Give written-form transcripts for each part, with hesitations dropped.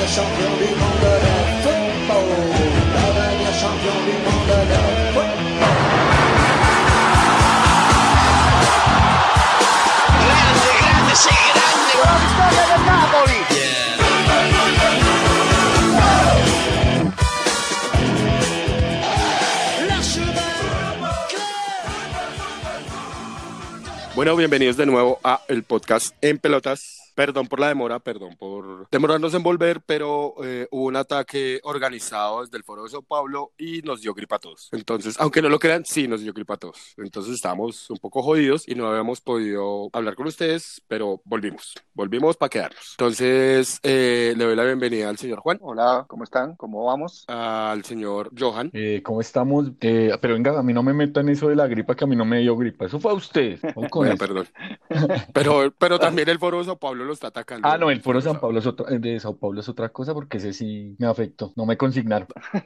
champion du monde de football. La dernière champion du monde de football. Grande, grande, sei grande. La vittoria del Napoli. Bueno, bienvenidos de nuevo a el podcast En Pelotas. Perdón por la demora, perdón por demorarnos en volver, pero hubo un ataque organizado desde el Foro de Sao Paulo y nos dio gripa a todos. Entonces, aunque no lo crean, sí nos dio gripa a todos. Entonces estábamos un poco jodidos y no habíamos podido hablar con ustedes, pero volvimos para quedarnos. Entonces, le doy la bienvenida al señor Juan, Hola, ¿cómo están? ¿Cómo vamos? al señor Johan. ¿Cómo estamos? Pero venga, a mí no me metan eso de la gripa, que a mí no me dio gripa. Eso fue a usted. Vamos con Bueno, eso. perdón. Pero también el Foro de Sao Paulo lo está atacando. Ah, no, el Foro San Pablo es de Sao Paulo es otra cosa, porque ese sí me afectó. No me consignaron.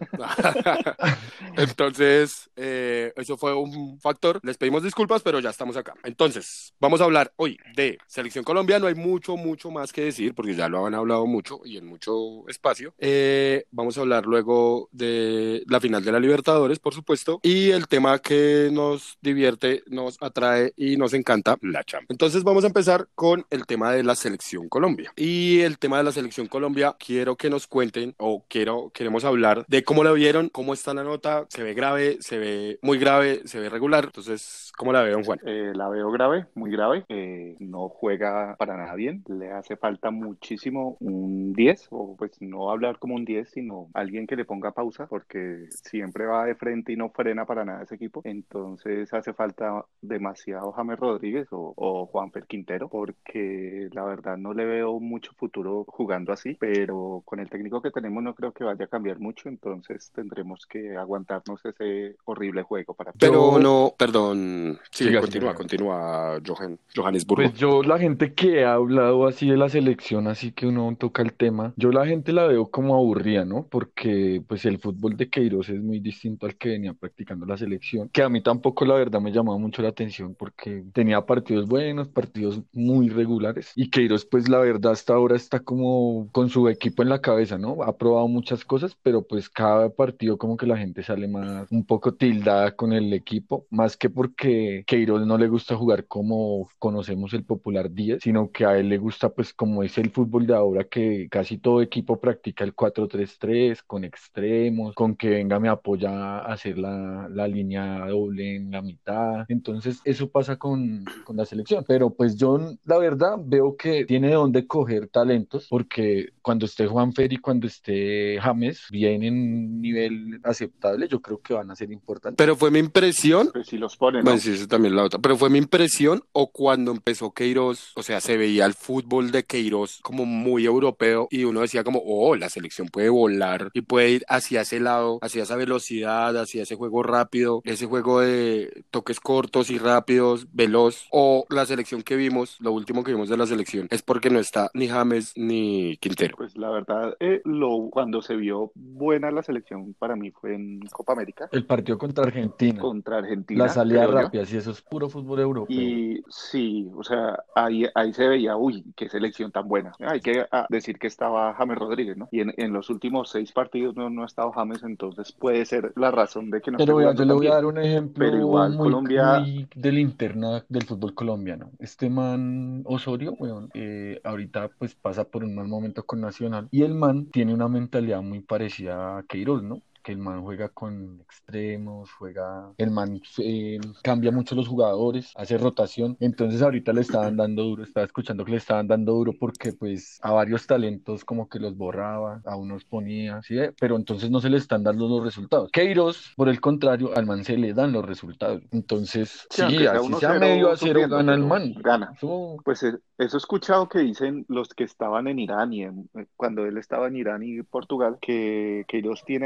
Entonces, eso fue un factor. Les pedimos disculpas, pero ya estamos acá. Entonces, vamos a hablar hoy de Selección Colombia. No hay mucho más que decir, porque ya lo han hablado mucho y en mucho espacio. Vamos a hablar luego de la final de la Libertadores, por supuesto, y el tema que nos divierte, nos atrae y nos encanta, la Champions. Entonces, vamos a empezar con el tema de la Selección Colombia. Y el tema de la Selección Colombia, quiero que nos cuenten, queremos hablar de cómo la vieron, cómo está la nota, se ve grave, se ve muy grave, se ve regular. Entonces, ¿cómo la veo, Juan? La veo grave, muy grave. No juega para nada bien. Le hace falta muchísimo un 10, o pues no hablar como un 10, sino alguien que le ponga pausa, porque siempre va de frente y no frena para nada ese equipo. Entonces hace falta demasiado James Rodríguez o Juanfer Quintero, porque la verdad no le veo mucho futuro jugando así, pero con el técnico que tenemos no creo que vaya a cambiar mucho, entonces tendremos que aguantarnos ese horrible juego para... Pero no, perdón. Sí, Siga, continúa, Johannesburgo. Pues yo, la gente que ha hablado así de la selección, así que uno toca el tema, yo la gente la veo como aburrida, ¿no? Porque pues el fútbol de Queiroz es muy distinto al que venía practicando la selección, que a mí tampoco la verdad me llamaba mucho la atención porque tenía partidos buenos, partidos muy regulares, y Queiroz pues la verdad hasta ahora está como con su equipo en la cabeza, ¿no? Ha probado muchas cosas, pero pues cada partido como que la gente sale más un poco tildada con el equipo, más que porque Queiroz no le gusta jugar como conocemos el popular 10, sino que a él le gusta pues como es el fútbol de ahora, que casi todo equipo practica el 4-3-3 con extremos, con que venga me apoya a hacer la línea doble en la mitad. Entonces eso pasa con la selección, pero pues yo la verdad veo que tiene de dónde coger talentos, porque cuando esté Juanfer y cuando esté James bien en nivel aceptable, yo creo que van a ser importantes. Pero fue mi impresión. Pues si los ponen, ¿no? Bueno, sí, eso también la otra. Pero fue mi impresión, o cuando empezó Queiroz, o sea, se veía el fútbol de Queiroz como muy europeo y uno decía como, oh, la selección puede volar y puede ir hacia ese lado, hacia esa velocidad, hacia ese juego rápido, ese juego de toques cortos y rápidos, veloz. O la selección que vimos, lo último que vimos de la selección, es porque no está ni James ni Quintero. Pues la verdad, cuando se vio buena la selección para mí fue en Copa América El partido contra Argentina, contra Argentina, la salida creo yo. rápida, sí, eso es puro fútbol europeo. Y sí, o sea, ahí se veía, uy, qué selección tan buena. Hay que decir que estaba James Rodríguez, ¿no? Y en los últimos 6 partidos no ha estado James, entonces puede ser la razón de que no esté Pero vea, jugando yo le tan voy a bien. dar un ejemplo Pero igual muy, Colombia, muy de linterna del fútbol colombiano. Este man Osorio, weón, ahorita pues pasa por un mal momento con Nacional, y el man tiene una mentalidad muy parecida a Queiroz, ¿no? Que el man juega con extremos, el man cambia mucho los jugadores, hace rotación. Entonces ahorita le estaban dando duro, estaba escuchando que le estaban dando duro porque pues a varios talentos como que los borraba, a unos ponía, ¿sí? Pero entonces no se le están dando los resultados. Queiroz, por el contrario, al man se le dan los resultados. Entonces, sí, aunque sí, sea así uno sea medio a cero, sufriendo, gana el pero man. gana. Eso, Pues eso he escuchado que dicen los que estaban en Irán cuando él estaba en Irán y Portugal, que Queiroz tiene algo que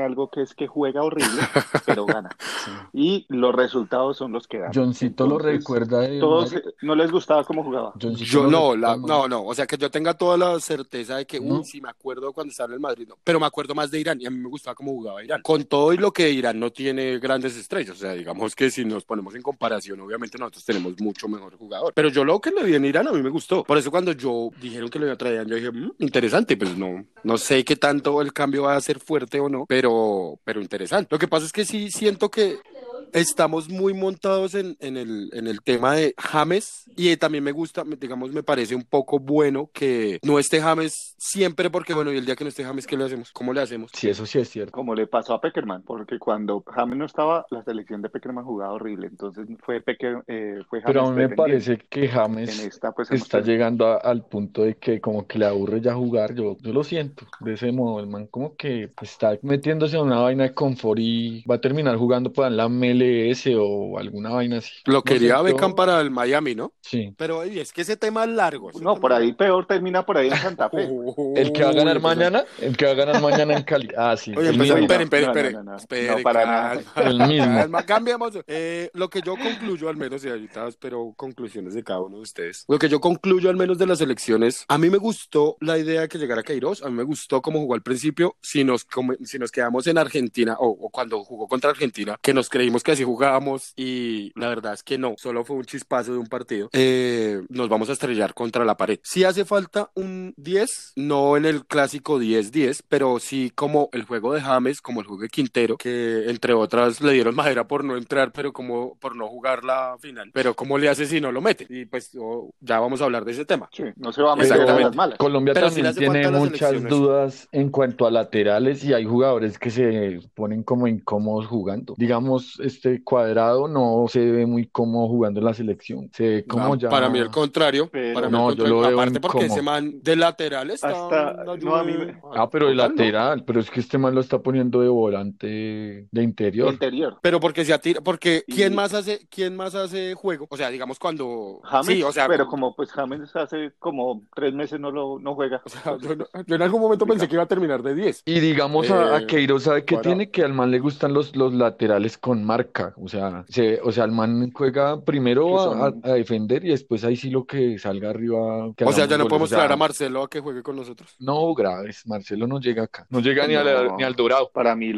es que juega horrible, pero gana. Sí. Y los resultados son los que dan. Johncito lo Entonces, recuerda de todos Mario. no les gustaba cómo jugaba. Johncito Yo lo no, recuerda de Mario. no, o sea que yo tenga toda la certeza de que, No. sí me acuerdo cuando estaba en el Madrid, no, pero me acuerdo más de Irán y a mí me gustaba cómo jugaba Irán. Con todo y lo que Irán no tiene grandes estrellas, o sea, digamos que si nos ponemos en comparación, obviamente nosotros tenemos mucho mejor jugador, pero yo lo que le vi en Irán a mí me gustó. Por eso cuando yo dijeron que lo iba a traer, yo dije, interesante, pues no sé qué tanto el cambio va a ser fuerte o no, pero interesante. Lo que pasa es que sí siento que estamos muy montados en el tema de James y también me gusta, digamos, me parece un poco bueno que no esté James siempre porque, bueno, y el día que no esté James, ¿qué le hacemos? ¿Cómo le hacemos? Sí, eso sí es cierto. Como le pasó a Pekerman, porque cuando James no estaba, la selección de Pekerman jugaba horrible. Entonces fue Pero a James mí me dependiente. parece que En James esta, pues está llegando al punto de que como que le aburre ya jugar. Yo lo siento de ese modo. El man como que pues, está metiéndose en una vaina de confort y va a terminar jugando para la MLS o alguna vaina así. Lo No sé, quería Beckham yo... para el Miami, ¿no? Sí. Pero oye, es que ese tema es largo. ese No, tema por es ahí largo. peor termina por ahí en Santa Fe. El que va a ganar Uy, mañana, el que va a ganar mañana en Cali. Ah, sí, Oye, el pues, mismo. espere, para nada. El mismo. cambiamos. Lo que yo concluyo al menos, y ahorita espero conclusiones de cada uno de ustedes. Lo que yo concluyo al menos de las elecciones, a mí me gustó la idea de que llegara Queiroz, a mí me gustó cómo jugó al principio, si nos quedamos en Argentina, o cuando jugó contra Argentina, que nos creímos que así jugábamos, y la verdad es que no, solo fue un chispazo de un partido, nos vamos a estrellar contra la pared. Sí hace falta un 10, no en el clásico 10-10, pero sí como el juego de James, como el juego de Quintero, que entre otras le dieron madera por no entrar, pero como por no jugar la final. Pero ¿cómo le hace si no lo mete? Y pues ya vamos a hablar de ese tema. Sí, no se va a meter a Exactamente. las malas. Colombia Pero sí también le hace tiene falta a las muchas elecciones. dudas en cuanto a laterales y hay jugadores que se ponen como incómodos jugando. Digamos, este Cuadrado no se ve muy cómodo jugando en la selección. Se ve como ya... Para mí el contrario. Pero- Para mí No, el yo contrario. lo veo Aparte porque ese incómodo. man de lateral está... Hasta- no, a mí me- pero de total, ¿no? lateral, pero es que este man lo está poniendo de volante de interior. Interior. Pero porque se atira, porque Y- quién más hace juego? O sea, digamos cuando James, sí, o sea, pero como pues James hace como 3 meses no juega. o sea, yo en algún momento pensé que iba a terminar de 10. Y digamos a Queiroz, ¿sabe qué Cuadrado. tiene? Que al man le gustan los laterales con marca. O sea, el man juega primero Que son- a defender y después ahí sí lo que salga arriba. Que O sea, hagamos ya no goles. podemos O sea, traer a Marcelo a que juegue con nosotros. no, graves. Marcelo no llega acá. No llega ni No. ni al Dorado. Para mí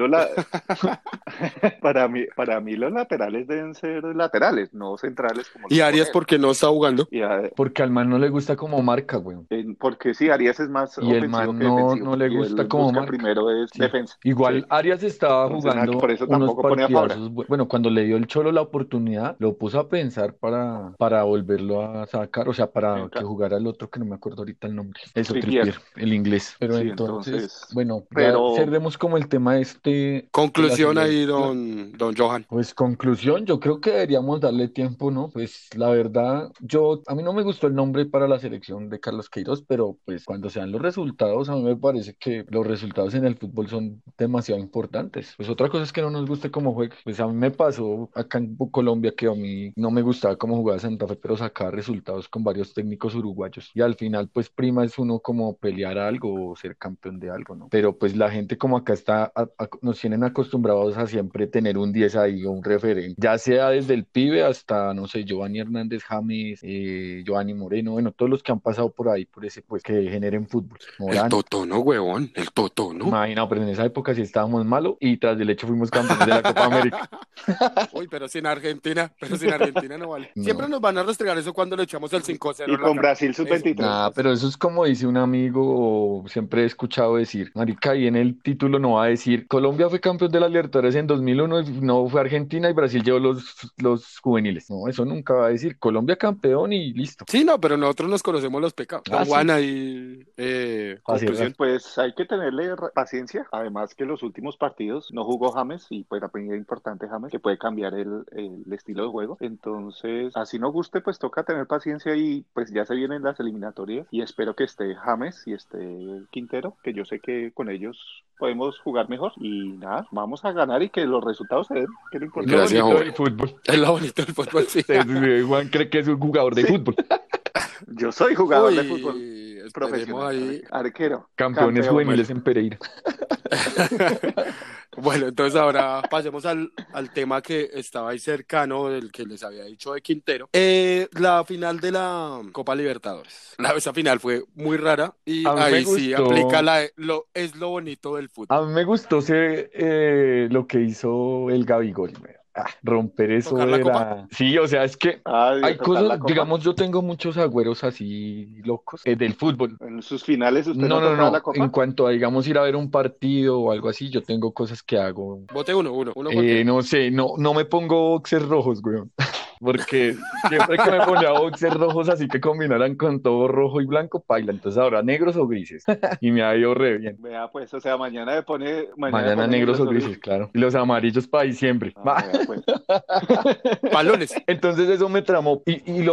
para mí los laterales deben ser laterales, no centrales como Y los Arias ponen. porque no está jugando. Porque al man no le gusta como marca, güey. Porque sí, Arias es más Y el ofensivo man que no- defensivo. no le Y él gusta como busca marca. primero es Sí. defensa. Igual Sí. Arias estaba Entonces, jugando por eso unos tampoco pone a Fabra. partidazos. Bueno, cuando le dio el Cholo la oportunidad, lo puso a pensar para volverlo a sacar, o sea, para Venga. que jugara el otro que no me acuerdo ahorita el nombre. Eso, Trippier. Trippier, el inglés. Pero Sí, entonces, entonces, bueno, pero- ya cerremos como el tema de Conclusión la ahí, selección. don Johan. Pues conclusión, yo creo que deberíamos darle tiempo, ¿no? Pues la verdad, a mí no me gustó el nombre para la selección de Carlos Queiroz, pero pues cuando sean los resultados, a mí me parece que los resultados en el fútbol son demasiado importantes. Pues otra cosa es que no nos guste cómo juega. Pues a mí me pasó acá en Colombia que a mí no me gustaba cómo jugaba Santa Fe, pero sacaba resultados con varios técnicos uruguayos. Y al final, pues prima es uno como pelear algo o ser campeón de algo, ¿no? Pero pues la gente como acá nos tienen acostumbrados a siempre tener un 10 ahí o un referente, ya sea desde el pibe hasta, no sé, Giovanni Hernández, James, Giovanni Moreno, bueno, todos los que han pasado por ahí, por ese, pues que generen fútbol. El Morán, Totono, huevón. El Totono. imagina, pero en esa época sí estábamos malos y tras del hecho fuimos campeones de la Copa América. Uy, pero sin Argentina no vale. No. Siempre nos van a restregar eso cuando le echamos el 5-0 Y en la con cara. Brasil sub-23. Nah, pero eso es como dice un amigo, o siempre he escuchado decir, marica, y en el título no va a decir, Colombia fue campeón de la Libertadores en 2001, y no fue Argentina y Brasil llevó los juveniles. No, eso nunca va a decir, Colombia campeón y listo. Sí, no, pero nosotros nos conocemos los pecados. Don Ah, sí. Juan ahí, conclusión. Pues hay que tenerle paciencia. Además que los últimos partidos no jugó James y pues la primera importante James que puede cambiar el estilo de juego. Entonces, así no guste, pues toca tener paciencia y pues ya se vienen las eliminatorias y espero que esté James y esté Quintero, que yo sé que con ellos podemos jugar mejor y nada, vamos a ganar y que los resultados se den, que es lo importante. Gracias, Lo bonito Juan. del fútbol. Es lo bonito del fútbol, sí. Juan cree que es un jugador de fútbol. Yo soy jugador de Uy, fútbol esperemos profesional, ahí. arquero, Campeones campeón. juveniles en Pereira. Bueno, entonces ahora pasemos al tema que estaba ahí cercano, del que les había dicho de Quintero. La final de la Copa Libertadores. Esa final fue muy rara y A mí me ahí sí aplica gustó, es lo bonito del a fútbol. mí me gustó lo que hizo el Gabigol, güey. Romper eso ¿Tocar la de copa? la... Sí, o sea, es que Ah, de hay tocar cosas, la copa. digamos, yo tengo muchos agüeros así locos del fútbol. En sus finales usted No, no no, tocaba la no. En copa. cuanto a, digamos, ir a ver un partido o algo así, yo tengo cosas que hago. Bote uno cualquiera. No sé, no me pongo boxers rojos, güey. Porque siempre que me ponía boxers rojos así que combinaran con todo rojo y blanco, paila. Entonces ahora negros o grises. Y me ha ido re bien. Vea, pues, o sea, mañana Mañana pone negros negros o o grises, grises. claro. Y los amarillos para diciembre. Ah, vea, pues. Balones. Entonces eso me tramó.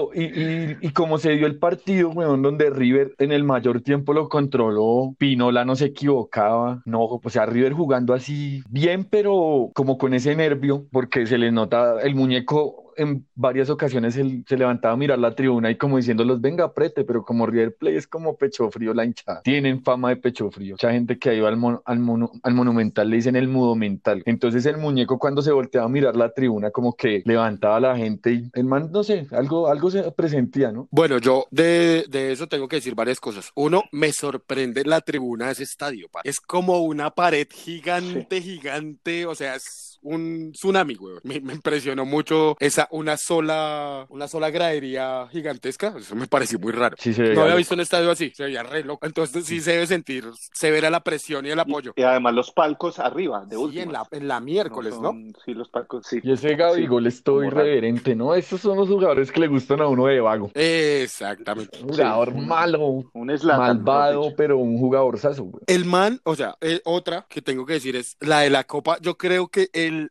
Y como se dio el partido, weón, donde River en el mayor tiempo lo controló, Pinola no se equivocaba. No, o sea, River jugando así bien, pero como con ese nervio, porque se le nota el muñeco. En varias ocasiones él se levantaba a mirar la tribuna y como diciéndolos, venga, aprete, pero como River Plate es como pecho frío la hinchada. Tienen fama de pecho frío. Mucha gente que ha ido al Monumental le dicen el mudo mental. Entonces el muñeco cuando se volteaba a mirar la tribuna como que levantaba a la gente y el man, no sé, algo se presentía, ¿no? Bueno, yo de eso tengo que decir varias cosas. Uno, me sorprende la tribuna de ese estadio, pa. Es como una pared Sí. gigante, o sea, es un tsunami, güey. Me impresionó mucho una sola gradería gigantesca. Eso me pareció muy raro. Sí, se No veía había visto loco. un estadio así, se veía re loco. Entonces sí se debe sentir severa la presión y el apoyo. Y además los palcos arriba, de Sí, en últimas. la No miércoles, ¿no? son, sí, los palcos, sí, Y ese sí, Gabigol es todo como raro. irreverente, ¿no? Estos son los jugadores que le gustan a uno de vago. Exactamente. Un Sí, jugador malo, un Zlatan, mejor malvado, dicho. pero un jugador sazo, güey. El man, o sea, otra que tengo que decir es la de la Copa. Yo creo que el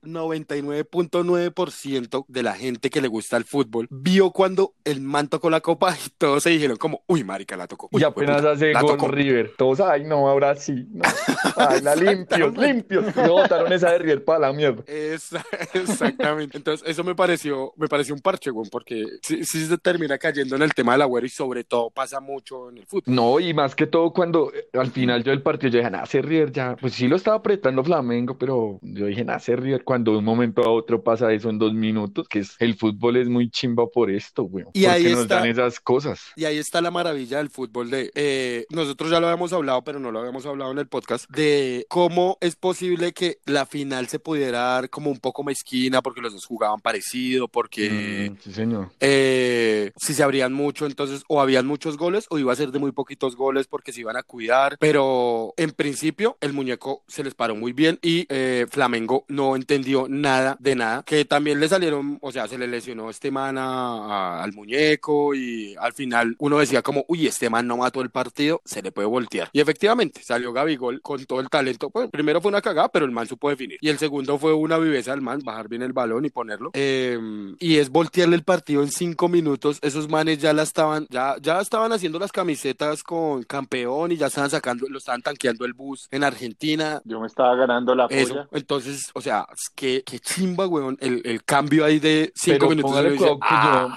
99.9% de la gente que le gusta el fútbol vio cuando el man tocó la Copa y todos se dijeron como, uy, marica, la tocó, Y uy, apenas puta, hace la gol tocó. River. Todos, ay, no, ahora sí. No. Ay, la limpios, Exactamente. limpios. Y no botaron esa de River para la mierda. Exactamente. Entonces, eso me pareció un parche, güey, porque sí se termina cayendo en el tema del agüero y sobre todo pasa mucho en el fútbol. No, y más que todo cuando al final yo del partido yo dije, nah, ese River ya, pues sí lo estaba apretando Flamengo, pero yo dije, nah, ese River cuando de un momento a otro pasa eso en 2 minutos, el fútbol es muy chimba por esto, güey, Y porque nos dan esas cosas. ahí está la maravilla del fútbol nosotros ya lo habíamos hablado, pero no lo habíamos hablado en el podcast, de cómo es posible que la final se pudiera dar como un poco mezquina porque los dos jugaban parecido, porque Sí, señor. si se abrían mucho, entonces o habían muchos goles o iba a ser de muy poquitos goles porque se iban a cuidar, pero en principio el muñeco se les paró muy bien y Flamengo no entendió nada de nada, que también le salieron, o sea, se le lesionó este man al muñeco y al final uno decía como, uy, este man no mató el partido, se le puede voltear. Y efectivamente salió Gabigol con todo el talento, pues primero fue una cagada, pero el man supo definir. Y el segundo fue una viveza del man, bajar bien el balón y ponerlo. Y es voltearle el partido en 5 minutos. Esos manes ya estaban haciendo las camisetas con campeón y ya estaban lo estaban tanqueando el bus en Argentina. Yo me estaba ganando la Eso, polla. entonces, o sea, qué chimba, weón, el cambio ahí de 5 minutos. Póngale Uno dice, cuidado que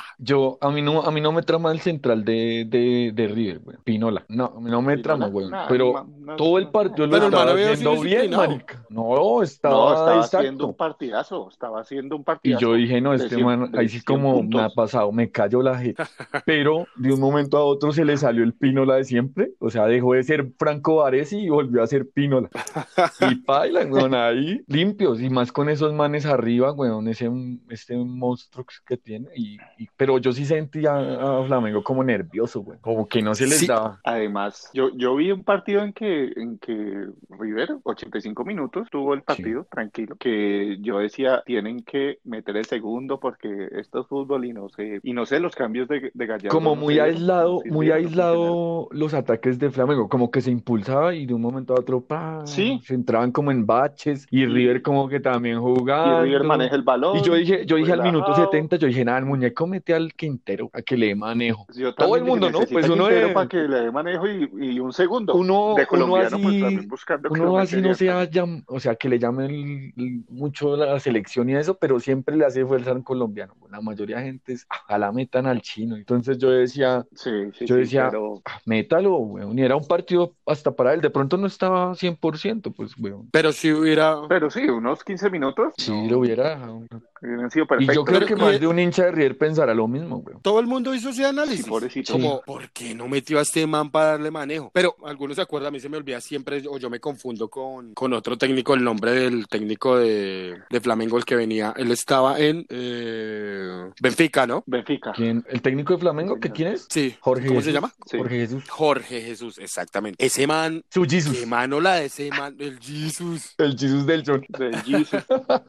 a mí no me trama el central de River, güey. Pinola. No, a mí no me trama, ¿Pinola? güey. Nah, Pero todo el partido lo pero el man estaba había sido haciendo bien, disciplinado. marica. No, No, estaba estaba haciendo un exacto. partidazo, estaba haciendo un Y yo partidazo dije, no, de este 100, man, ahí de sí 100 como me ha puntos. pasado, me cayó la jeta. Pero de un momento a otro se le salió el Pinola de siempre. O sea, dejó de ser Franco Baresi y volvió a ser Pinola. Y paila, weón, ahí limpios. Y más con esos manes arriba, weón, este monstruo que tiene. Pero yo sí sentía a Flamengo como nervioso, weón. Como que no se les Sí, daba. Además, yo vi un partido en que River, 85 minutos, tuvo el Sí. partido tranquilo, que yo decía, tienen que meter el segundo porque esto es fútbol y no sé, los cambios de Gallardo Como no se dieron, no muy sirvieron, no funcionaron. aislado los ataques de Flamengo, como que se impulsaba y de un momento a otro Sí, se entraban como en baches y River y, como que también y River jugando. maneja el Y balón, yo dije al minuto relajado. 70 yo dije, nada, el muñeco mete al Quintero a que le dé manejo. Yo Todo el también dije, mundo, ¿no? necesita Pues Quintero para que le dé manejo y un segundo. uno, De uno colombiano, pues así, también buscando que lo uno así no meterían sea, también. o sea, que le llamen mucho la selección y eso, pero siempre le hace fuerza al colombiano. La mayoría de gente es, ojalá metan al chino. Entonces Sí, sí, yo sí, decía, pero métalo, weón. Y era un partido hasta para él. De pronto no estaba 100% pues, weón. Pero si hubiera, Pero sí, unos 15 minutos Sí, lo no hubiera dejado. hubieran sido Y yo perfectos, creo yo pero que creo. más de un hincha de River pensará lo mismo, weón. todo el mundo hizo ese Sí, análisis. pobrecito. Sí. Como, ¿por qué no metió a este man para darle manejo? Pero algunos se acuerdan, a mí se me olvida siempre, o yo me confundo con otro técnico, el nombre del técnico de Flamengo, el que venía. Él estaba en Benfica, ¿no? Benfica, ¿Quién? ¿El técnico de sí, Flamengo? ¿Qué señor. quién es? Sí, Jorge ¿cómo se llama? Jesús. Sí. Jorge Jesús. Jorge Jesús, exactamente. Ese man, Su qué Jesus. mano la de ese man, el Jesus. El Jesus del John. Del Jesus.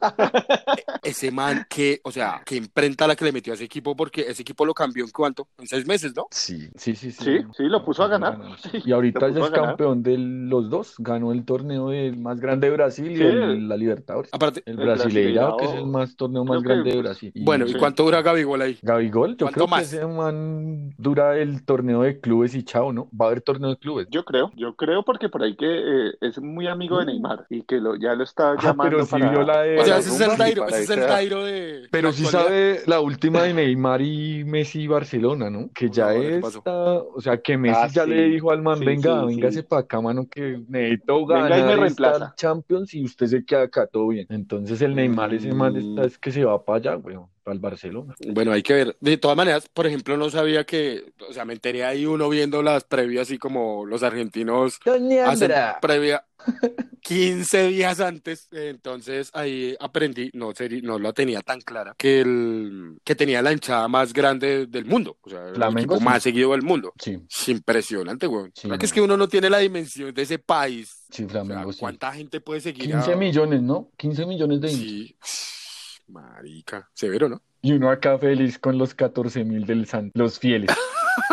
Ese man que, o sea, que imprenta la que le metió a ese equipo, porque ese equipo lo cambió en cuánto, en 6 meses, ¿no? Sí, sí, sí, sí. Sí, sí, lo puso a Alcanzó ganar. ganar, sí. Sí, Y lo ahorita ya puso a es ganar. campeón de los dos. Ganó el torneo más grande de Brasil y Sí, la Libertadores. Aparte, El el Brasileirao, que es el Brasileirao, más torneo más creo que, grande de pues, Brasil. bueno, ¿y sí. Y cuánto dura Gabigol ahí? Gabigol, yo ¿Cuánto creo que más? ese man dura el torneo de clubes y chao, ¿no? Va a haber torneo de clubes. Yo creo porque por ahí que es muy amigo de Uh. Neymar y que ya lo está Pero llamando sí vio la O sea, de... para ese es el rumba y Dairo, para ese es el esa. Dairo de la Pero sí actualidad. sabe la última de Neymar y Messi y Barcelona, ¿no? Que No, ya ahora qué pasó. está, o sea, que Ah, Messi ya le sí, dijo al man, sí, venga, sí, véngase sí. para acá, mano, que necesito Venga y me ganar esta reemplaza. Champions y usted se queda acá todo bien. Entonces el Neymar, ese man está, Mm, es que se va para allá, weón, para el Barcelona. bueno, hay que ver. De todas maneras, por ejemplo, no sabía que, o sea, me enteré ahí uno viendo las previas, así como los argentinos hacen ¡Doña! previa 15 días antes. Entonces ahí aprendí, no la tenía tan clara, que tenía la hinchada más grande del mundo, o sea, era el Flamengo equipo sí, más seguido del mundo. sí, Es impresionante, güey. sí, Creo que es no, que uno no tiene la dimensión de ese país. sí, O sea, Flamengo sí. ¿cuánta gente puede seguir 15 a...? millones, ¿no? 15 millones de hinchas. Sí, marica, severo, ¿no? Y uno acá feliz con los 14.000 del San, los fieles.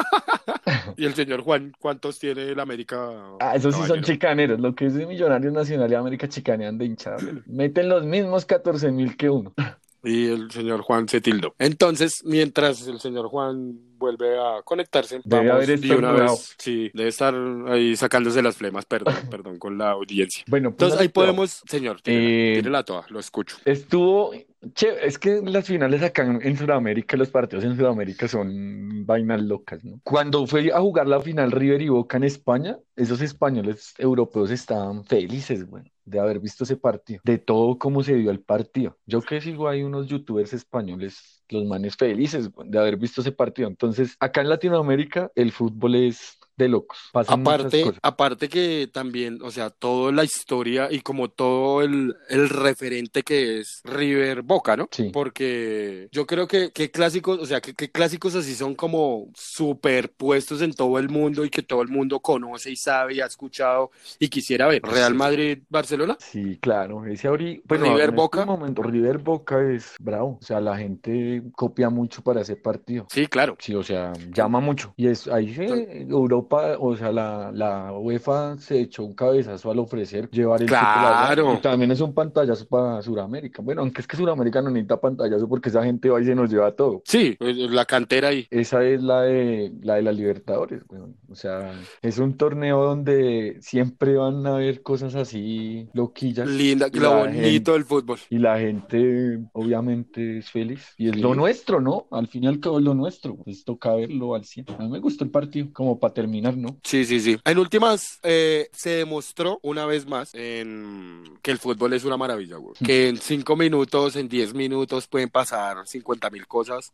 Y el señor Juan, ¿cuántos tiene el América, Ah, esos sí son caballero? chicaneros. Lo que es de Millonarios Nacional y América chicanean de hinchada. Meten los mismos 14.000 que uno. Y el señor Juan se tildó. Entonces, mientras el señor Juan vuelve a conectarse, Debe haber vamos de una estornudado. vez, sí, debe estar ahí sacándose las flemas, perdón con la audiencia. Bueno, Entonces, ahí póngale cuidado. podemos, señor, Eh, tírela toda, lo escucho. Estuvo, es que las finales acá en Sudamérica, los partidos en Sudamérica son vainas locas, ¿no? Cuando fue a jugar la final River y Boca en España, esos españoles europeos estaban felices, güey, de haber visto ese partido, de todo cómo se dio el partido. Yo que sigo hay unos youtubers españoles, los manes felices, güey, de haber visto ese partido. Entonces, acá en Latinoamérica el fútbol es de locos, pasan muchas cosas. Aparte que también, o sea, toda la historia y como todo el referente que es River Boca, ¿no? Sí. Porque yo creo que clásicos, o sea, que clásicos así son como superpuestos en todo el mundo y que todo el mundo conoce y sabe y ha escuchado y quisiera ver. Real Madrid, Barcelona, Sí, claro, bueno, River en estos Boca. momentos River Boca es bravo, o sea, la gente copia mucho para ese partido. Sí, claro. Sí, o sea, llama mucho. Y es ahí Europa, o sea, la UEFA se echó un cabezazo al ofrecer llevar el fútbol allá. Y Claro. también es un pantallazo para Sudamérica. Bueno, aunque es que Sudamérica no necesita pantallazo porque esa gente va y se nos lleva todo. Sí, la cantera ahí. Esa es la de la Libertadores, weón. O sea, es un torneo donde siempre van a haber cosas así loquillas Linda, y lo la gente, bonito del fútbol. y la gente obviamente es feliz. Y es lo Sí. nuestro, ¿no? Al fin y al cabo es lo nuestro. Pues toca verlo al 100. A mí me gustó el partido, como para terminar, ¿no? Sí, sí, sí. En últimas, se demostró una vez más que el fútbol es una maravilla, güey. Que en 5 minutos, en 10 minutos pueden pasar 50.000 cosas.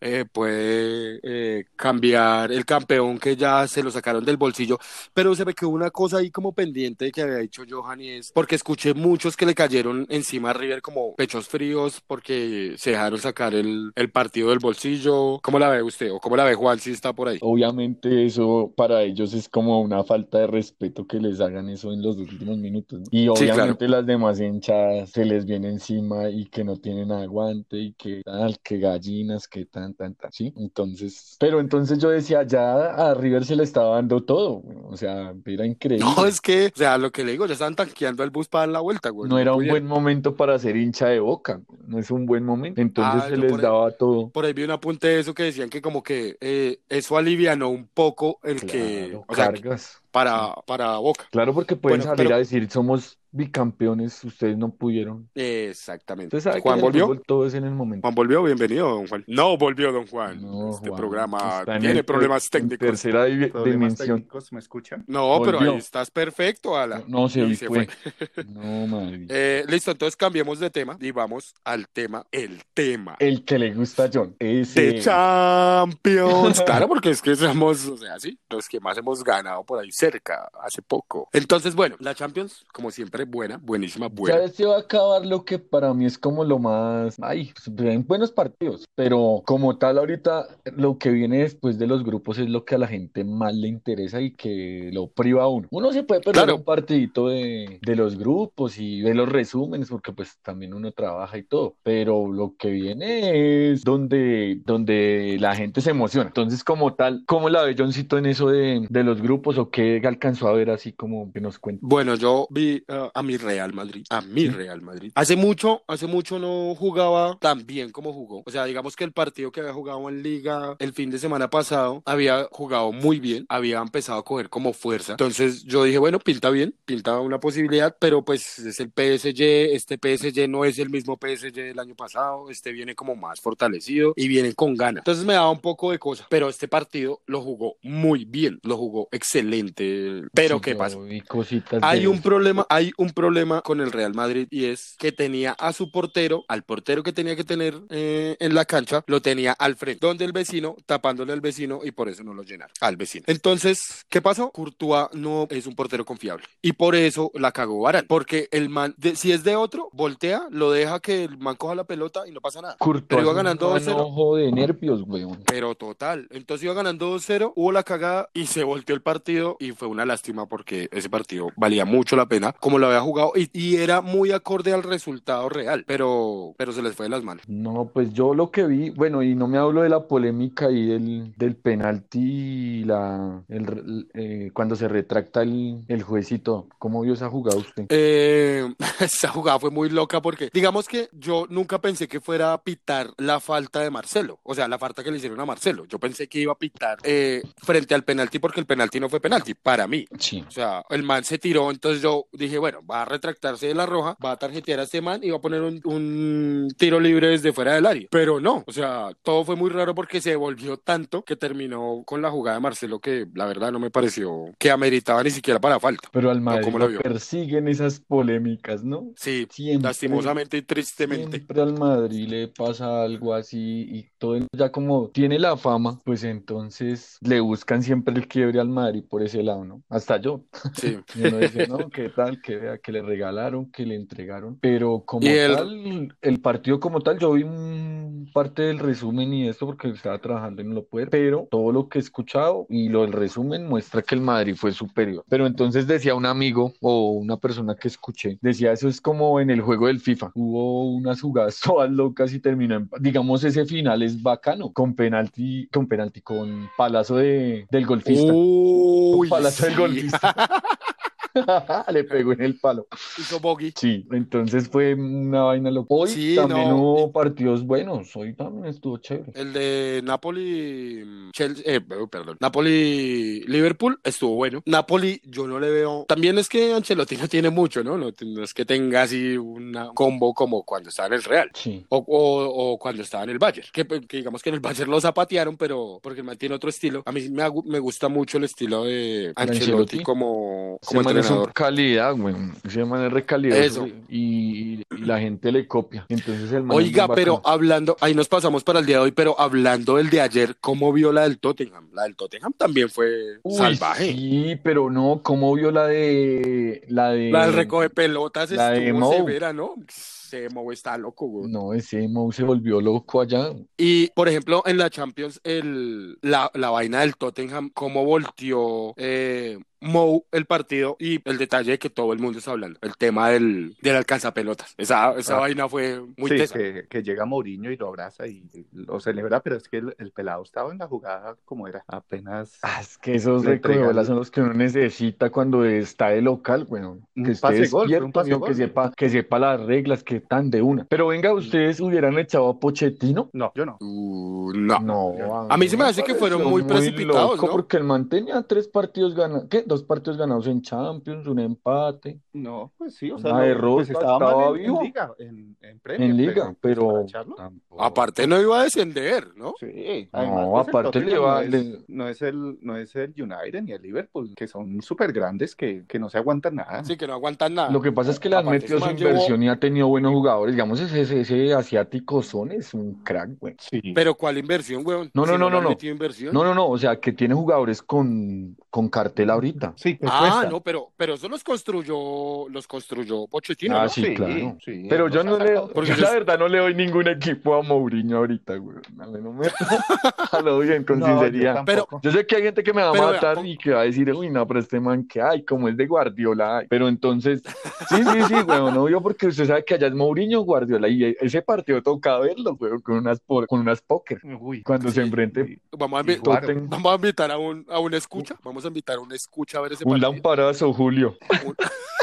Puede cambiar el campeón que ya se lo sacaron del bolsillo. Pero se me quedó una cosa ahí como pendiente que había dicho Johan y es porque escuché muchos que le cayeron encima a River como pechos fríos porque se dejaron sacar el partido del bolsillo. ¿Cómo la ve usted? ¿O cómo la ve Juan si está por ahí? Obviamente eso para ellos es como una falta de respeto que les hagan eso en los últimos minutos, ¿no? Y Sí, claro. obviamente las demás hinchadas se les viene encima y que no tienen aguante y que tal, que gallinas, que tan, ¿sí? Entonces, pero entonces yo decía, ya a River se le estaba dando todo, o sea, era No, increíble. es que, o sea, lo que le digo, ya estaban tanqueando el bus para dar la vuelta, güey. No No era un pudieron. buen momento para ser hincha de Boca, no es un buen momento. Entonces Ah, se yo les daba todo. por ahí vi un apunte de eso que decían que como que eso alivianó un poco el que, Claro, o sea, cargas. para Boca. Claro, porque pueden Bueno, salir pero a decir, somos bicampeones, ustedes no pudieron. exactamente. Usted sabe que en ¿Juan el volvió? fútbol todo es en el momento. Juan volvió, bienvenido, don Juan. No volvió, don Juan. No, Este Juan, programa está tiene problemas en técnicos. tercera Problemas dimensión. técnicos, ¿me escuchan? No, pero ahí Volvió. estás perfecto, No, Ala. no se Y se fue. fue. No, madre. Listo, entonces cambiemos de tema y vamos al tema, el tema El que le gusta a John. de Ese. Champions. Claro, porque es que somos, o sea, sí, los que más hemos ganado por ahí cerca, hace poco. Entonces, bueno, la Champions, como siempre, buena, buenísima, buena. Ya se va a acabar lo que para mí es como lo más. Ay, pues, ven buenos partidos, pero como tal, ahorita lo que viene después de los grupos es lo que a la gente más le interesa y que lo priva a uno. Uno se puede perder Claro, un partidito de los grupos y de los resúmenes, porque pues también uno trabaja y todo, pero lo que viene es donde la gente se emociona. Entonces, como tal, ¿cómo la ve Johncito en eso de los grupos o qué alcanzó a ver así como que nos cuenta? bueno, yo vi a mi Real Madrid, a mi ¿Sí? Real Madrid. Hace mucho no jugaba tan bien como jugó. O sea, digamos que el partido que había jugado en Liga el fin de semana pasado había jugado muy bien, había empezado a coger como fuerza. Entonces yo dije, bueno, pinta bien, pinta una posibilidad, pero pues es el PSG, este PSG no es el mismo PSG del año pasado, este viene como más fortalecido y viene con ganas. Entonces me daba un poco de cosa, pero este partido lo jugó muy bien, lo jugó excelente. Pero Sí, ¿qué pasó? yo vi cositas de eso. Hay un problema con el Real Madrid y es que tenía a su portero, al portero que tenía que tener en la cancha, lo tenía al frente, donde el vecino, tapándole al vecino y por eso no lo llenaron, al vecino. Entonces, ¿qué pasó? Courtois no es un portero confiable y por eso la cagó Varane, porque el man, si es de otro, voltea, lo deja que el man coja la pelota y no pasa nada. Pero Courtois iba es un ganando 2-0. manojo de nervios, weón. Pero total, entonces iba ganando 2-0, hubo la cagada y se volteó el partido y fue una lástima porque ese partido valía mucho la pena como lo había jugado y era muy acorde al resultado real, pero se les fue de las manos. No, pues yo lo que vi, bueno, y no me hablo de la polémica y del penalti y cuando se retracta el juecito. ¿Cómo vio esa jugada usted? Esa jugada fue muy loca porque digamos que yo nunca pensé que fuera a pitar la falta de Marcelo, o sea, la falta que le hicieron a Marcelo. Yo pensé que iba a pitar frente al penalti porque el penalti no fue penalti para mí. Sí. O sea, el man se tiró, entonces yo dije, bueno, va a retractarse de la roja, va a tarjetear a este man y va a poner un tiro libre desde fuera del área. Pero no, o sea, todo fue muy raro porque se volvió tanto que terminó con la jugada de Marcelo que la verdad no me pareció que ameritaba ni siquiera para falta. Pero al ¿No? Madrid ¿Cómo lo lo vio? persiguen esas polémicas, ¿no? Sí, Siempre, lastimosamente y tristemente. siempre al Madrid le pasa algo así y todo ya como tiene la fama, pues entonces le buscan siempre el quiebre al Madrid por ese lado, ¿no? Hasta yo. Sí. Y uno dice, no, ¿qué tal? Que vea, que le regalaron, que le entregaron. Pero Y como el, tal, el partido como tal, yo vi parte del resumen y esto porque estaba trabajando y no lo pude, pero todo lo que he escuchado y lo del resumen muestra que el Madrid fue superior. Pero entonces decía un amigo o una persona que escuché, decía, eso es como en el juego del FIFA. Hubo unas jugadas todas locas y terminó digamos, ese final es bacano, con palazo del golfista. Con uy, palazo del sí. golfista. Le pegó en el palo. Hizo bogey. Sí, entonces fue una vaina loca. Hoy Sí, también no. hubo partidos buenos, hoy también estuvo chévere. El de Napoli, Chelsea, perdón, Napoli-Liverpool estuvo bueno. Napoli, yo no le veo. También es que Ancelotti no tiene mucho, ¿no? No es que tenga así una combo como cuando estaba en el Real. Sí. O cuando estaba en el Bayern. Que digamos que en el Bayern lo zapatearon, pero porque el man tiene otro estilo. A mí me gusta mucho el estilo de Ancelotti como Ese man es un entrenador. calidad, güey. Ese man es recalidoso Eso. y la gente le copia. Entonces el man es Oiga, muy pero bacano. hablando, ahí nos pasamos para el día de hoy, pero hablando del de ayer, ¿cómo vio la del Tottenham? La del Tottenham también fue Uy, salvaje. sí, pero no, ¿cómo vio la La del recoge pelotas la de estuvo Mou? severa, ¿no? Ese Mou está loco, güey. No, ese Mou se volvió loco allá. Y, por ejemplo, en la Champions, la vaina del Tottenham, cómo volteó Mou el partido y el detalle de que todo el mundo está hablando, el tema del alcanzapelotas. Esa Ah, vaina fue muy sí, tesa. que llega Mourinho y lo abraza y lo celebra, pero es que el pelado estaba en la jugada como era, apenas Es que esos le entrega recogebolas son los que uno necesita cuando está de local, bueno, que un esté pase gol, fue un despierto, pase mío, gol. que sepa las reglas, que tan de una. Pero venga, ¿ustedes hubieran echado a Pochettino? No, yo no. No. No, Yo no. a A mí mí se me me hace que fueron pareció muy muy precipitados, loco ¿no? porque el man tenía 3 partidos ganados, ¿qué? 2 partidos ganados en Champions, un empate, No, pues sí, o sea, una pues derrota, estaba mal estaba en vivo Liga, en en Premier, Liga, pero pues para pero echarlo. Aparte tampoco. no iba a descender, ¿no? Sí, además No, pues el aparte le Tottenham va, no es el United ni el Liverpool, que son súper grandes que no se aguantan nada. Sí, que no aguantan lo nada. que pasa es que le han Aparte, ese metido su man llevó, inversión y ha tenido buenos jugadores. Digamos, ese asiático Son es un crack, güey. Sí, pero ¿cuál inversión, weón? No, no, Si no, no le no, han no. metido inversión. No, no, no. O sea, que tiene jugadores con cartel ahorita. sí, que Ah, cuesta. no, pero eso los construyó Pochettino, Ah, ¿no? sí, Sí, claro. sí, Pero él yo los ha no le, sacado Porque yo todos. la verdad no le doy ningún equipo a Mourinho ahorita, güey. A mí no me a lo bien, con No, yo sinceridad. Pero, tampoco. Yo sé que hay gente que me va a pero vea, matar y que va a decir, uy, no, pero este man que hay, como es de Guardiola, ay. Pero entonces, sí, sí, sí, güey, no, yo porque usted sabe que allá es Mourinho, Guardiola, y ese partido toca verlo, güey, con unas póker, Uy, cuando se sí, enfrente vamos a, y invi- Guaro. Totten, vamos a invitar a un escucha, vamos a invitar a un escucha a ver ese un partido. lamparazo, Julio. Un-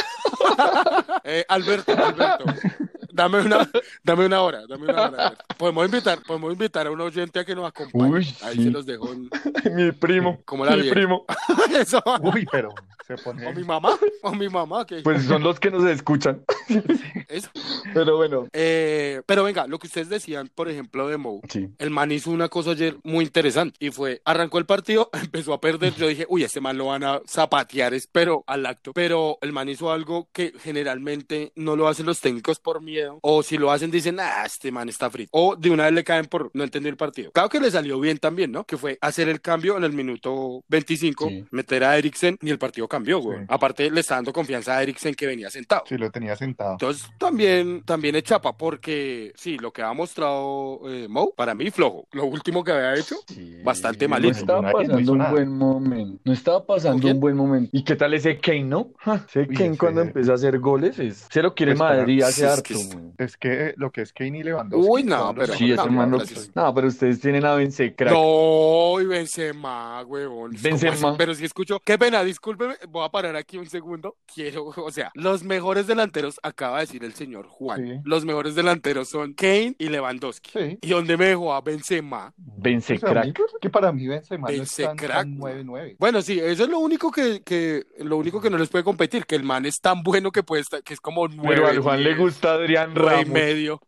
Alberto, dame una hora, Alberto. Podemos invitar a un oyente a que nos acompañe. Uy, Ahí se sí, los dejo mi primo, como la mi vieron. primo. Eso. Uy, pero se O mi mamá, que Pues son los que nos escuchan. eso. Pero bueno, Pero venga, lo que ustedes decían, por ejemplo, de Mou, sí. el man hizo una cosa ayer muy interesante y fue, arrancó el partido, empezó a perder, yo dije, uy, este man lo van a zapatear, espero al acto, pero el man hizo algo que generalmente no lo hacen los técnicos por miedo, o si lo hacen dicen, ah, este man está frito, o de una vez le caen por no entender el partido. Claro que le salió bien también, ¿no? Que fue hacer el cambio en el minuto 25, Sí. meter a Eriksen y el partido cambió, güey. Sí. Aparte le está dando confianza a Eriksen que venía sentado. Sí, lo tenía sentado. Entonces también es chapa porque sí, lo que ha mostrado Mou, para mí flojo. Lo último que había hecho, Sí, bastante no malito. estaba United no pasando hizo un nada. buen momento. No estaba ¿Con pasando quién? un buen momento. ¿Y qué tal ese Kane, no? Ese Uy, Kane cuando ese, empezó a hacer goles se lo quiere pues para, Madrid hace Es que harto, güey. es que lo que es Kane y Lewandowski Uy, no, son los pero Sí, mejores ese man no. jugadores gracias. hoy. No, pero ustedes tienen a Benzema, crack. No, y Benzema, huevón. ¿Cómo así? Benzema. Pero si escucho, qué pena, discúlpeme, voy a parar aquí un segundo. Quiero, o sea, los mejores delanteros, acaba de decir el señor Juan, Sí. los mejores delanteros son Kane y Lewandowski. Sí. ¿Y dónde me dejó a Benzema? Benzema, Pues a mí, crack. que para mí Benzema no es Benzema, tan crack, 9-9. Bueno, sí, eso es lo único lo único que no les puede competir, que el man es tan bueno que puede estar, que es como Pero 9, al Juan le 10, gusta Adrián 9 y Ramos. medio.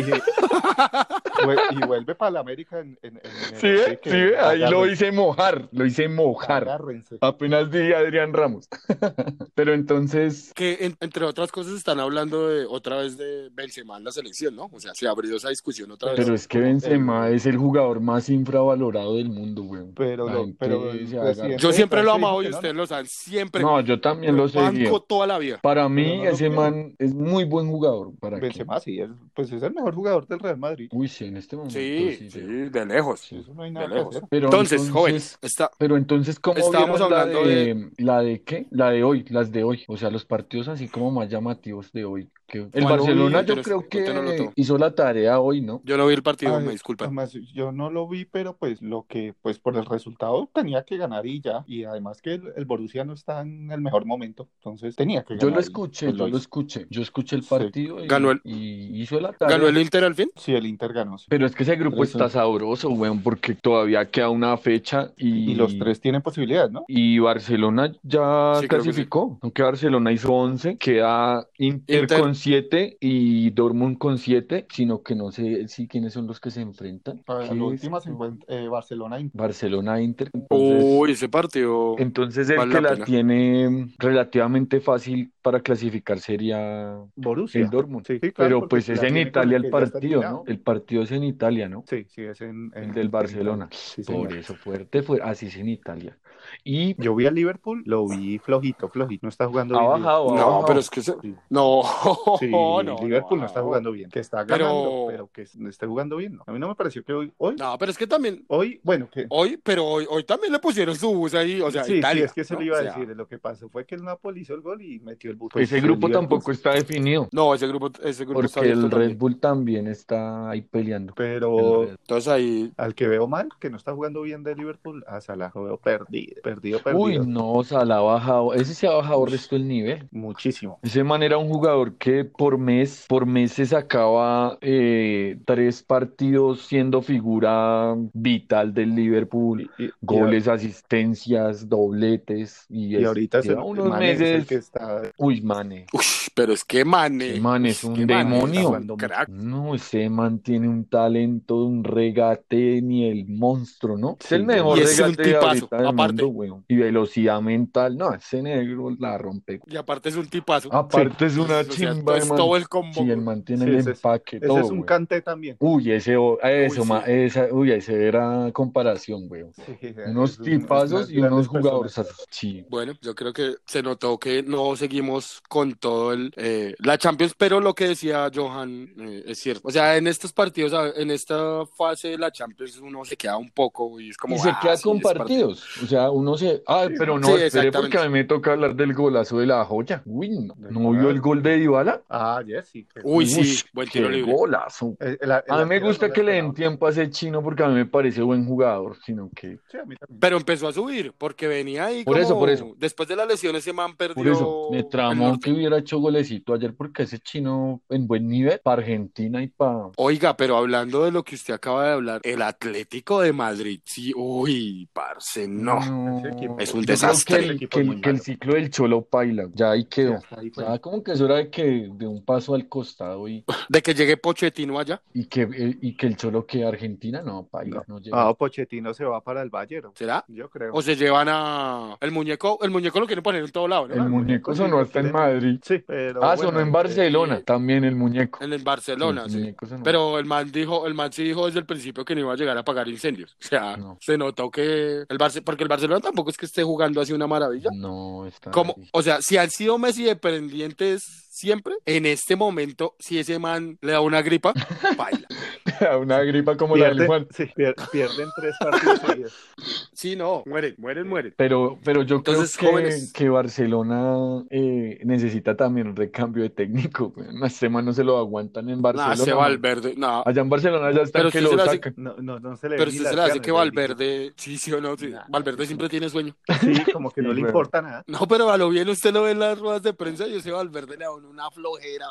Y vuelve para la América en Sí, enero, así sí, que ahí lo agárrense, hice mojar, lo hice mojar. agárrense. Apenas dije Adrián Ramos. Pero entonces, Que entre otras cosas están hablando otra vez de Benzema en la selección, ¿no? O sea, se abrió esa discusión otra vez. pero es que Benzema es el jugador más infravalorado del mundo, güey. Pero La lo- gente pero el se agarra. presidente- Yo siempre lo he Francia amado dijo y que no, ustedes ¿no? lo saben, siempre. No, yo también lo seguí. Banco toda la vida. Para Pero mí, no lo ese quiere. man es muy buen jugador. ¿Para qué? Benzema sí, pues es el mejor jugador del Real Madrid. Uy, sí, en este momento Sí, sí, sí, pero- de lejos. sí. Eso no hay De nada que lejos. hacer. Pero Entonces, jóvenes, Pero entonces, ¿cómo estábamos vieron hablando la de qué? La de hoy, las de hoy. O sea, los partidos así como más llamativos de hoy. El ¿Cuál? Barcelona yo Cuéntenos, creo cuéntenoslo que todo. hizo la tarea hoy, ¿no? Yo no vi el partido, Ay, me disculpan. además, yo no lo vi, pero pues pues por el resultado tenía que ganar y ya. Y además que el Borussia no está en el mejor momento, entonces tenía que Yo lo ganar. y, escuché, pues, yo lo hizo. escuché. Yo escuché el Sí. partido Ganó el- y hizo la tarea. ¿Ganó el Inter al fin? Sí, el Inter ganó. Sí. Pero es que ese grupo Eso. está sabroso, weón, porque todavía queda una fecha Y los tres tienen posibilidades, ¿no? Y Barcelona ya Sí, creo que clasificó, aunque Barcelona hizo 11, queda Inter Inter. con 7 y Dortmund con 7, sino que no sé si quiénes son los que se enfrentan. A ¿Qué la es última se eso? encuentra Barcelona-Inter. Barcelona-Inter. Entonces, Uy, ese partido el vale que la la pena. tiene relativamente fácil para clasificar sería Borussia. el Dortmund. Sí, claro, Pero porque pues es la en tiene con Italia el el que ya está partido, eliminado. ¿no? El partido es en Italia, ¿no? Sí, sí, es en El del Barcelona. Sí, Por señor. eso, fuerte fue. Así es en Italia. Y Yo vi al Liverpool, lo vi flojito, flojito. No está jugando ha bien bajado, ha No, pero bajado. es que Sí. no, Sí, no, Liverpool no está no. jugando bien. Que está ganando, Pero pero que no esté jugando bien. No. A mí no me pareció que hoy, no, pero es que también bueno, que hoy también le pusieron su bus ahí, o sea, sí, sí, es Italia, que se ¿no? le O iba a sea, decir. Lo que pasó fue que el Napoli hizo el gol y metió el bus. Ese Pues el grupo Liverpool, tampoco está definido, no, ese grupo está porque abierto el Red también. Bull también está ahí peleando. El pero Red. Entonces ahí, al que veo mal, que no está jugando bien de Liverpool, a Salah lo veo perdido, perdido, Uy, perdido. no, Salah ha bajado. Ese se ha bajado Uy, resto el nivel. muchísimo. Ese man era un jugador que por mes se sacaba 3 partidos siendo figura vital del Liverpool, Y, y, y, a- goles, asistencias, dobletes, y ahorita lleva unos Mané es el que meses. está, Uy, Mane, pero es que ese Mane, man es que un Mane está es demonio. un jugando mucho. crack. No, ese man tiene un talento, un regate, ni el monstruo, ¿no? Es el Sí, mejor Y es un regate de tipazo, ahorita del mundo, aparte, weón. Y velocidad mental, no, ese negro la rompe. y aparte es un tipazo. sí, Aparte es una O sea, chimba de es todo man. el combo, Sí, el güey. man tiene sí, el ese empaque, ese todo, es un güey. Kanté también. Uy, Uy, sí. uy, ese era comparación, güey. Sí, Unos es tipazos unas y unos grandes personas. jugadores. Sí. Bueno, yo creo que se notó que no seguimos con todo la Champions, pero lo que decía Johan es cierto. O sea, en estos partidos, en esta fase de la Champions, uno se queda un poco y es Y como, se queda sí, con es parte. partidos. O sea, uno se. Ay, Sí, pero Sí, no, espere, porque a exactamente. mí me toca hablar del golazo de la joya. Uy, no. ¿De ¿No vio el cuál? gol de Dybala? Ah, Jesse, que Uy, Uy, sí, buen tiro qué libre. golazo. el A mí me arquero no gusta la que le den esperaba. tiempo a ese chino porque a mí me parece buen jugador, sino que. Sí, a mí también. Pero empezó a subir, porque venía ahí Por eso, como, después de la lesión, ese man por eso. Me perdió el tramó que norte. hubiera hecho golecito ayer porque ese chino en buen nivel para Argentina y para. Oiga, pero hablando de lo que usted acaba de hablar, el Atlético de Madrid, sí, uy, parce, no, Ese No, es un yo creo que desastre. ese equipo es muy que el malo. ciclo del Cholo paila, ya ahí Sí, quedó. hasta ahí O fue. sea, como que es hora de que de un paso al costado De que llegue Pochettino allá, y que el Cholo quede a Argentina, no, paila, No. no llega. Pochettino se va para el Bayern, ¿será? yo creo. O se llevan a el muñeco lo quieren poner en todo lado, ¿no? El muñeco Sí, sonó lo hasta en quieren. Madrid. Sí, pero Ah, bueno, sonó en Barcelona, Sí, también el muñeco. en el Sí, Barcelona, el sí. muñeco sonó. Pero el man sí dijo desde el principio que no iba a llegar a apagar incendios. O sea, No, se notó que porque el Barcelona tampoco es que esté jugando así una maravilla. no está Como, ahí. o sea, si han sido Messi dependientes siempre, en este momento, si ese man le da una gripa, baila. Una gripa como la del Juan. Sí, pierden 3 partidos seguidos. Sí, no, mueren. Pero yo creo Entonces, jóvenes, que Barcelona necesita también un recambio de técnico. No, este man no se lo aguantan en nada, se Barcelona, man. Valverde, nada. Allá en Barcelona ya están Pero que usted lo se le hace, sacan. No se le ven pero ni usted se las le hace ganas que de dirigir. Valverde, sí o no, sí, Nah, Valverde es siempre tiene sueño. Sí, como que no Sí, le weón. importa nada. No, pero a lo bien usted lo ve en las ruedas de prensa y ese Valverde le da a uno una flojera.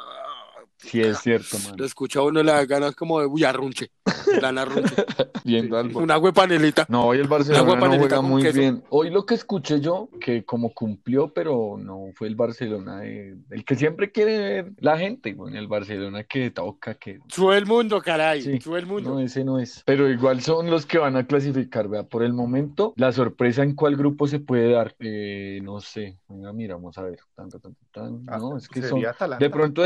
Sí, es cierto, Lo man. escucha a uno, le da ganas como de, uy, arrunche, plan arrunche. Viendo Sí, al sí. Bar- Un agua de panelita. No, hoy el Agua Barcelona no panelita juega con muy queso. bien. Hoy lo que escuché yo, que como cumplió, pero no fue el Barcelona, el que siempre quiere ver la gente, bueno, el Barcelona que toca, que Sube el mundo, caray, sí, sube el mundo. no, ese no es. Pero igual son los que van a clasificar, vea, por el momento, la sorpresa en cuál grupo se puede dar, no sé, venga, mira, vamos a ver, no, es que son, Sería de Atalanta. pronto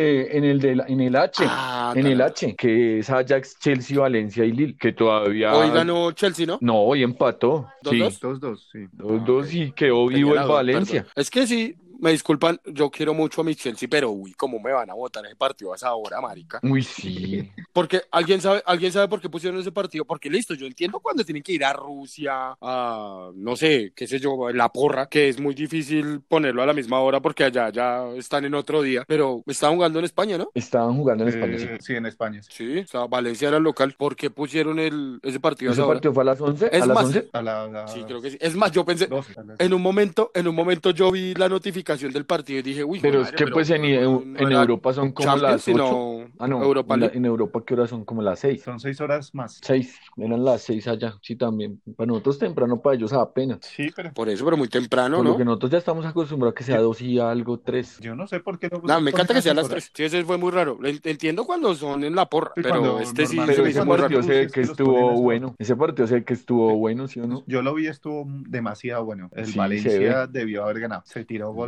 en el H, en el Atalanta. H, que es Ajax, Chelsea, Valencia y Lille, que todavía, Hoy ganó Chelsea, ¿no? no, hoy empató, sí, 2-2. 2-2, sí. 2-2 y quedó Tenía vivo la el duda, Valencia. perdón. Es que sí, me disculpan, yo quiero mucho a mi Chelsea, pero uy, cómo me van a votar ese partido a esa hora, marica. Uy, sí. Porque alguien sabe por qué pusieron ese partido, porque listo, yo entiendo cuando tienen que ir a Rusia, a no sé, qué sé yo, la porra, que es muy difícil ponerlo a la misma hora porque allá ya están en otro día, pero estaban jugando en España, ¿no? Estaban jugando en España, sí. Sí, en España. Sí. Sí, o sea, Valencia era el local. ¿Por qué pusieron ese partido a ¿Ese esa hora? partido fue a las 11? Es ¿A las más, 11? A la Sí, creo que sí. Es más, yo pensé, 12. en un momento yo vi la notificación del partido y dije, uy, Pero madre, es que pues en no era Europa son como Champions, las 8. sino Ah, no, Europa League. en Europa ¿qué horas son? Como las 6. Son 6 horas más. 6, eran las 6 allá, sí también. Para nosotros temprano, para ellos apenas. Sí, pero Por eso, pero muy temprano, Por lo ¿no? que nosotros ya estamos acostumbrados a que sea yo, 2 y algo, 3. yo no sé por qué no No, me encanta que ponen sea a esas las 3. horas. Sí, ese fue muy raro. Entiendo cuando son en la porra, Sí, pero cuando este sí se Pero me normalmente ese hizo muy cuando raro. partido es se ve Rusia es que que los ponen a estuvo esa hora. bueno. Ese partido se ve que estuvo bueno, ¿sí o no? Yo lo vi, estuvo demasiado bueno. El Sí, se Valencia ve. debió haber ganado. Se tiró goles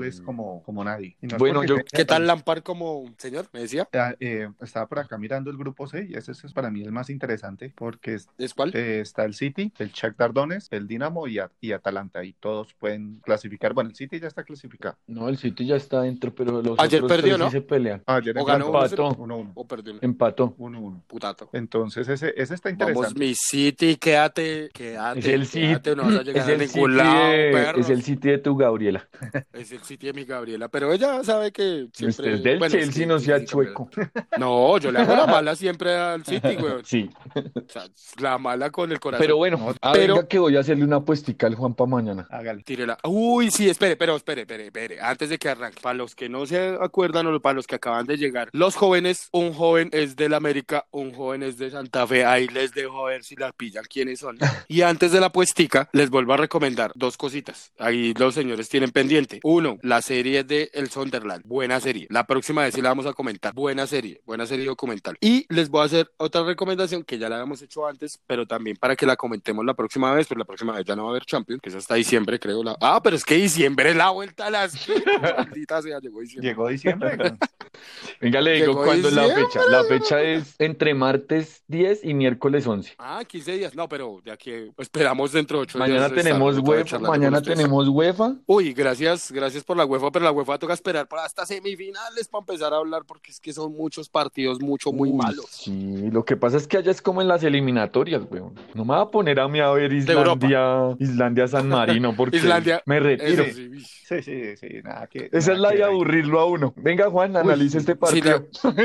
goles como nadie. Y no es Bueno, porque ¿Qué tal Lampard como señor? ¿Me decía? estaba por acá mirando el grupo C y ese es para mí el más interesante porque ¿Es cuál? está el City, el Shakhtar Donetsk, el Dinamo y Atalanta y todos pueden clasificar. Bueno, el City ya está clasificado. No, el City ya está dentro, pero los Ayer otros perdió, tres ¿no? sí se pelean. Ayer ¿O ganó Empató. 1-1. ¿O perdió? Empató. 1-1. Putato. Entonces ese está Vamos, interesante. mi City, quédate, Es el City, no vas a llegar a es ningún lado, perros. el City de tu Gabriela. Es el City de mi Gabriela, pero ella sabe que siempre... Usted es del bueno, es Chelsea, que no sea difícil cambiar. chueco. No, yo le hago la mala siempre al City, güey. Sí. O sea, la mala con el corazón. Pero bueno, No, venga que voy a hacerle una apuestica al Juan para mañana. Hágale. Tírela. Uy, sí, espere. Antes de que arranque, para los que no se acuerdan o para los que acaban de llegar, los jóvenes, un joven es del América, un joven es de Santa Fe. Ahí les dejo a ver si la pillan quiénes son. Y antes de la apuestica, les vuelvo a recomendar dos cositas. Ahí los señores tienen pendiente. Uno, la serie de El Sunderland. Buena serie. La próxima vez sí la vamos a comentar. Buena serie documental. Y les voy a hacer otra recomendación que ya la habíamos hecho antes, pero también para que la comentemos la próxima vez, pues la próxima vez ya no va a haber Champions, que es hasta diciembre, creo. Pero es que diciembre es la vuelta a las... Maldita sea, llegó diciembre. Llegó diciembre. Venga, le digo Llegó cuándo es la diciembre. fecha. La fecha es entre martes 10 y miércoles 11. 15 días. No, pero de aquí esperamos dentro de 8 días. Mañana tenemos estar otra vez UEFA, charlando mañana con ustedes. tenemos UEFA. Uy, gracias por la UEFA, pero la UEFA toca esperar para hasta semifinales para empezar a hablar, porque es que son muchos partidos muy Uy, malos. Sí, lo que pasa es que allá es como en las eliminatorias, weón. No me va a poner a mí a ver Europa. Islandia San Marino, porque Islandia, me retiro. Eso sí. Sí, nada que. Esa es la de aburrirlo a uno. Venga, Juan, analice este partido.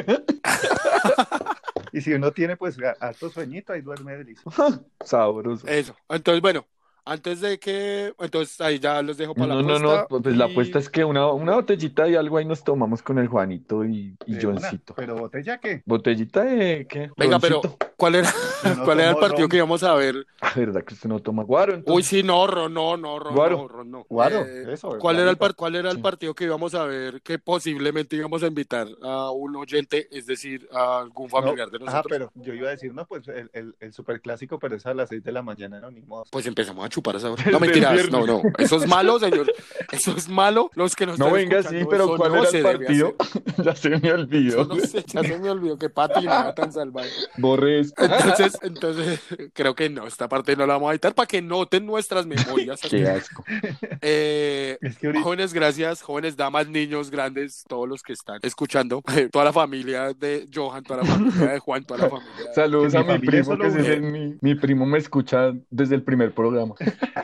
Y si uno tiene, pues, alto sueñito, ahí duerme delicioso. Sabroso. Eso. Entonces, bueno, entonces ahí ya los dejo para la apuesta. No, pues la y- apuesta es que una botellita y algo ahí nos tomamos con el Juanito y De una. Johncito. Pero botella, ¿qué? ¿Botellita de qué? Venga, pero Roncito. ¿cuál era, no cuál era el tomo partido ron. que íbamos a ver? Ah, ¿verdad que usted no toma guaro? Uy, Entonces? sí, no, Ron, no. Guaro, Eh, eso. ¿Cuál era el Sí. partido que íbamos a ver que posiblemente íbamos a invitar a un oyente, es decir, a algún familiar de nosotros? pero yo iba a decir, no, pues el superclásico, pero es a las 6 de la mañana, no, ni modo. Pues empezamos a chupar esa hora. Desde No, el mentiras, viernes. no. Eso es malo, señor. Eso es malo. Los que nos No, están venga, sí, escuchando, pero eso ¿cuál no era se el debe partido? Ya se me hacer. olvidó. Yo no sé, ya se me olvidó qué patinada tan salvaje. Borres. Entonces, creo que no, esta parte no la vamos a editar para que noten nuestras memorias. Qué asco. Es que ahorita, Jóvenes, gracias, jóvenes, damas, niños, grandes, todos los que están escuchando, toda la familia de Johan, toda la familia de Juan, toda la familia. Saludos Que a mi mi familia primo, solo que ese es une. mi primo me escucha desde el primer programa.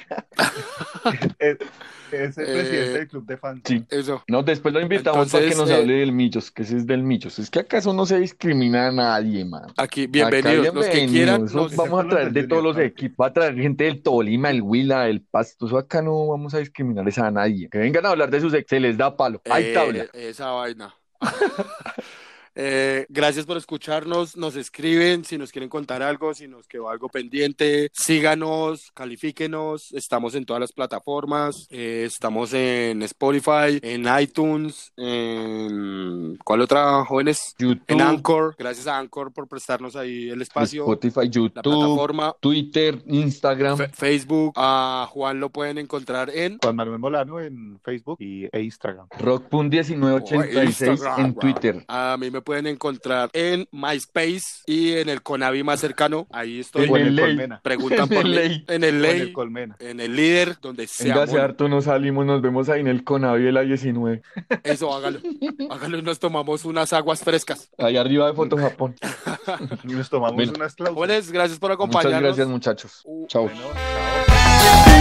es el presidente del club de fans. Sí. Eso. No, después lo invitamos para que Entonces, nos hable del Millos, que ese es del Millos. Es que acaso no se discrimina a nadie, man. Aquí, bienvenidos, Acá los que bienvenidos. quieran. Eso Nos... vamos a traer de todos los Junior, equipos, va a traer gente del Tolima, el Huila, el Pasto. Eso acá no vamos a discriminar a nadie. Que vengan a hablar de sus ex, se les da palo. Hay tabla. Esa vaina. Gracias por escucharnos, nos escriben si nos quieren contar algo, si nos quedó algo pendiente, síganos, califíquenos, estamos en todas las plataformas, estamos en Spotify, en iTunes, ¿cuál otra, jóvenes? YouTube, En Anchor, gracias a Anchor por prestarnos ahí el espacio, Spotify, la YouTube, plataforma, Twitter, Instagram. Facebook, a Juan lo pueden encontrar en... Juan Manuel Molano en Facebook e Instagram. Rockpun1986 Instagram, en Twitter. A mí me pueden encontrar en MySpace y en el Conavi más cercano. Ahí estoy. En O en el el Ley. Colmena. Preguntan por en el mí. Ley. En el O en Ley, el Colmena. en el líder, donde sea. Venga, hace harto nos salimos, nos vemos ahí en el Conavi de la 19. Eso, hágalo. Hágalo y nos tomamos unas aguas frescas. Ahí arriba de Foto Japón. Y nos tomamos Bueno. unas clausuras. Jóvenes, gracias por Muchas acompañarnos. gracias, muchachos. Chao. Bueno, chao.